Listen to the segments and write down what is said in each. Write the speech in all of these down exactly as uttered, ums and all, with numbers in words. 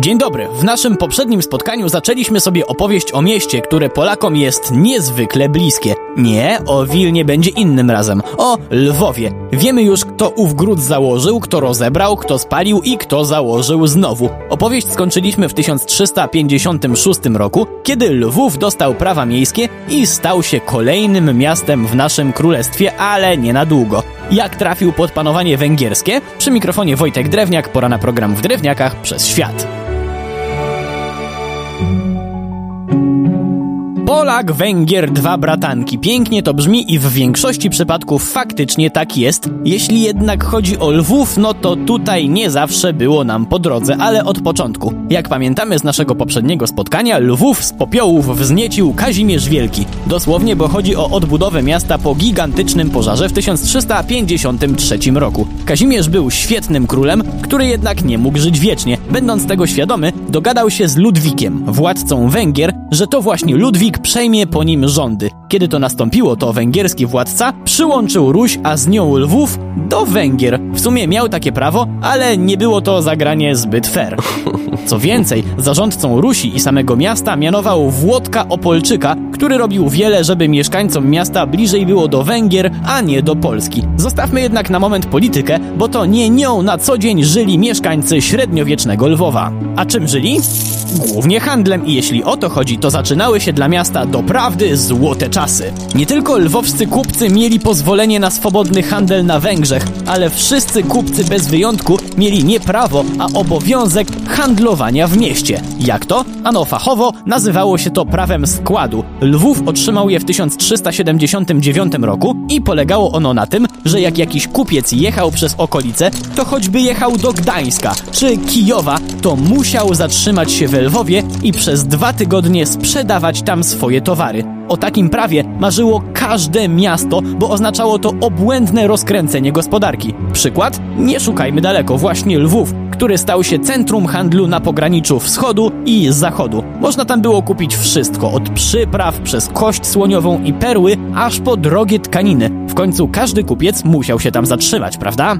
Dzień dobry. W naszym poprzednim spotkaniu zaczęliśmy sobie opowieść o mieście, które Polakom jest niezwykle bliskie. Nie, o Wilnie będzie innym razem. O Lwowie. Wiemy już, kto ów gród założył, kto rozebrał, kto spalił i kto założył znowu. Opowieść skończyliśmy w tysiąc trzysta pięćdziesiątym szóstym roku, kiedy Lwów dostał prawa miejskie i stał się kolejnym miastem w naszym królestwie, ale nie na długo. Jak trafił pod panowanie węgierskie? Przy mikrofonie Wojtek Drewniak, pora na program W Drewniakach przez świat. Polak, Węgier, dwa bratanki. Pięknie to brzmi i w większości przypadków faktycznie tak jest. Jeśli jednak chodzi o Lwów, no to tutaj nie zawsze było nam po drodze, ale od początku. Jak pamiętamy z naszego poprzedniego spotkania, Lwów z popiołów wzniecił Kazimierz Wielki. Dosłownie, bo chodzi o odbudowę miasta po gigantycznym pożarze w tysiąc trzysta pięćdziesiątym trzecim roku. Kazimierz był świetnym królem, który jednak nie mógł żyć wiecznie. Będąc tego świadomy, dogadał się z Ludwikiem, władcą Węgier, że to właśnie Ludwik przejmie po nim rządy. Kiedy to nastąpiło, to węgierski władca przyłączył Ruś, a z nią Lwów, do Węgier. W sumie miał takie prawo, ale nie było to zagranie zbyt fair. Co więcej, zarządcą Rusi i samego miasta mianował Włodka Opolczyka, który robił wiele, żeby mieszkańcom miasta bliżej było do Węgier, a nie do Polski. Zostawmy jednak na moment politykę, bo to nie nią na co dzień żyli mieszkańcy średniowiecznego Lwowa. A czym żyli? Głównie handlem i jeśli o to chodzi, to zaczynały się dla miasta doprawdy złote czasy. Nie tylko lwowscy kupcy mieli pozwolenie na swobodny handel na Węgrzech, ale wszyscy kupcy bez wyjątku mieli nie prawo, a obowiązek handlowania w mieście. Jak to? Ano fachowo nazywało się to prawem składu. Lwów otrzymał je w tysiąc trzysta siedemdziesiątym dziewiątym roku i polegało ono na tym, że jak jakiś kupiec jechał przez okolice, to choćby jechał do Gdańska czy Kijowa, to musiał zatrzymać się we Lwowie i przez dwa tygodnie sprzedawać tam swoje towary. O takim prawie marzyło każde miasto, bo oznaczało to obłędne rozkręcenie gospodarki. Przykład? Nie szukajmy daleko, właśnie Lwów, który stał się centrum handlu na pograniczu wschodu i zachodu. Można tam było kupić wszystko, od przypraw przez kość słoniową i perły, aż po drogie tkaniny. W końcu każdy kupiec musiał się tam zatrzymać, prawda?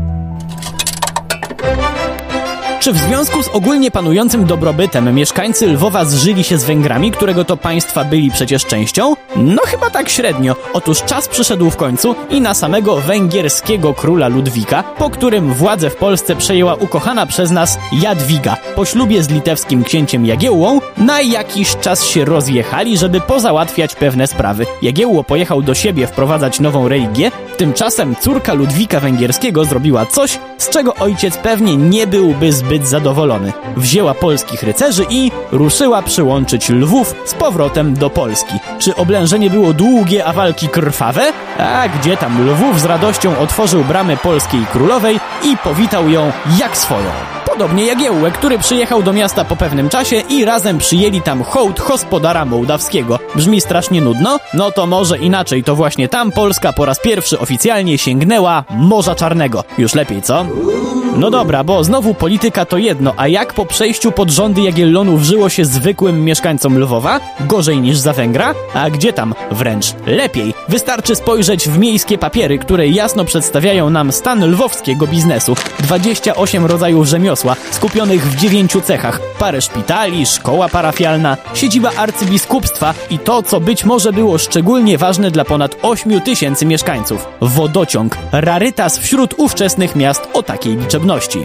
Czy w związku z ogólnie panującym dobrobytem mieszkańcy Lwowa zżyli się z Węgrami, którego to państwa byli przecież częścią? No chyba tak średnio. Otóż czas przyszedł w końcu i na samego węgierskiego króla Ludwika, po którym władzę w Polsce przejęła ukochana przez nas Jadwiga. Po ślubie z litewskim księciem Jagiełłą na jakiś czas się rozjechali, żeby pozałatwiać pewne sprawy. Jagiełło pojechał do siebie wprowadzać nową religię, tymczasem córka Ludwika Węgierskiego zrobiła coś, z czego ojciec pewnie nie byłby zbyt zadowolony. Wzięła polskich rycerzy i ruszyła przyłączyć Lwów z powrotem do Polski. Czy oblężenie było długie, a walki krwawe? A gdzie tam, Lwów z radością otworzył bramy polskiej królowej i powitał ją jak swoją. Podobnie Jagiełłę, który przyjechał do miasta po pewnym czasie i razem przyjęli tam hołd gospodara mołdawskiego. Brzmi strasznie nudno? No to może inaczej, to właśnie tam Polska po raz pierwszy oficjalnie sięgnęła Morza Czarnego. Już lepiej, co? No dobra, bo znowu polityka to jedno, a jak po przejściu pod rządy Jagiellonów żyło się zwykłym mieszkańcom Lwowa? Gorzej niż za Węgra? A gdzie tam? Wręcz lepiej. Wystarczy spojrzeć w miejskie papiery, które jasno przedstawiają nam stan lwowskiego biznesu. dwadzieścia osiem rodzajów rzemiosła, skupionych w dziewięciu cechach. Parę szpitali, szkoła parafialna, siedziba arcybiskupstwa i to, co być może było szczególnie ważne dla ponad ośmiu tysięcy mieszkańców. Wodociąg. Rarytas wśród ówczesnych miast o takiej liczebności.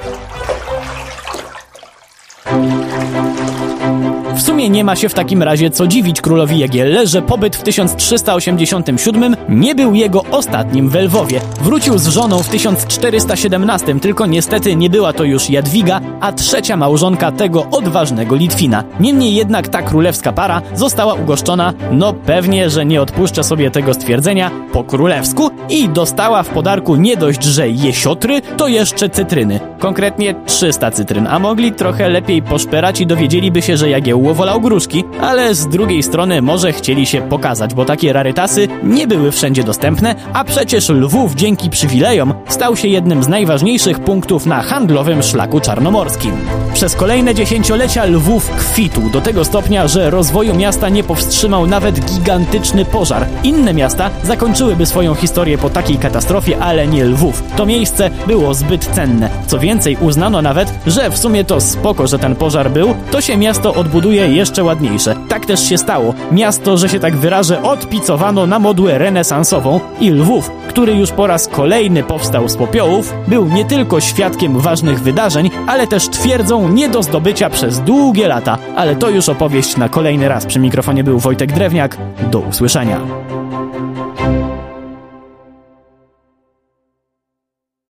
W sumie nie ma się w takim razie co dziwić królowi Jagielle, że pobyt w tysiąc trzysta osiemdziesiątym siódmym nie był jego ostatnim w Lwowie. Wrócił z żoną w tysiąc czterysta siedemnastym, tylko niestety nie była to już Jadwiga, a trzecia małżonka tego odważnego Litwina. Niemniej jednak ta królewska para została ugoszczona, no pewnie, że nie odpuszczę sobie tego stwierdzenia, po królewsku i dostała w podarku nie dość, że jesiotry, to jeszcze cytryny. Konkretnie trzysta cytryn, a mogli trochę lepiej poszperać i dowiedzieliby się, że Jagiełło Koło wolał gruszki, ale z drugiej strony może chcieli się pokazać, bo takie rarytasy nie były wszędzie dostępne, a przecież Lwów dzięki przywilejom stał się jednym z najważniejszych punktów na handlowym szlaku czarnomorskim. Przez kolejne dziesięciolecia Lwów kwitł do tego stopnia, że rozwoju miasta nie powstrzymał nawet gigantyczny pożar. Inne miasta zakończyłyby swoją historię po takiej katastrofie, ale nie Lwów. To miejsce było zbyt cenne. Co więcej, uznano nawet, że w sumie to spoko, że ten pożar był, to się miasto odbuduje jeszcze ładniejsze. Tak też się stało. Miasto, że się tak wyrażę, odpicowano na modłę renesansową i Lwów, który już po raz kolejny powstał z popiołów, był nie tylko świadkiem ważnych wydarzeń, ale też twierdzą nie do zdobycia przez długie lata. Ale to już opowieść na kolejny raz. Przy mikrofonie był Wojtek Drewniak. Do usłyszenia.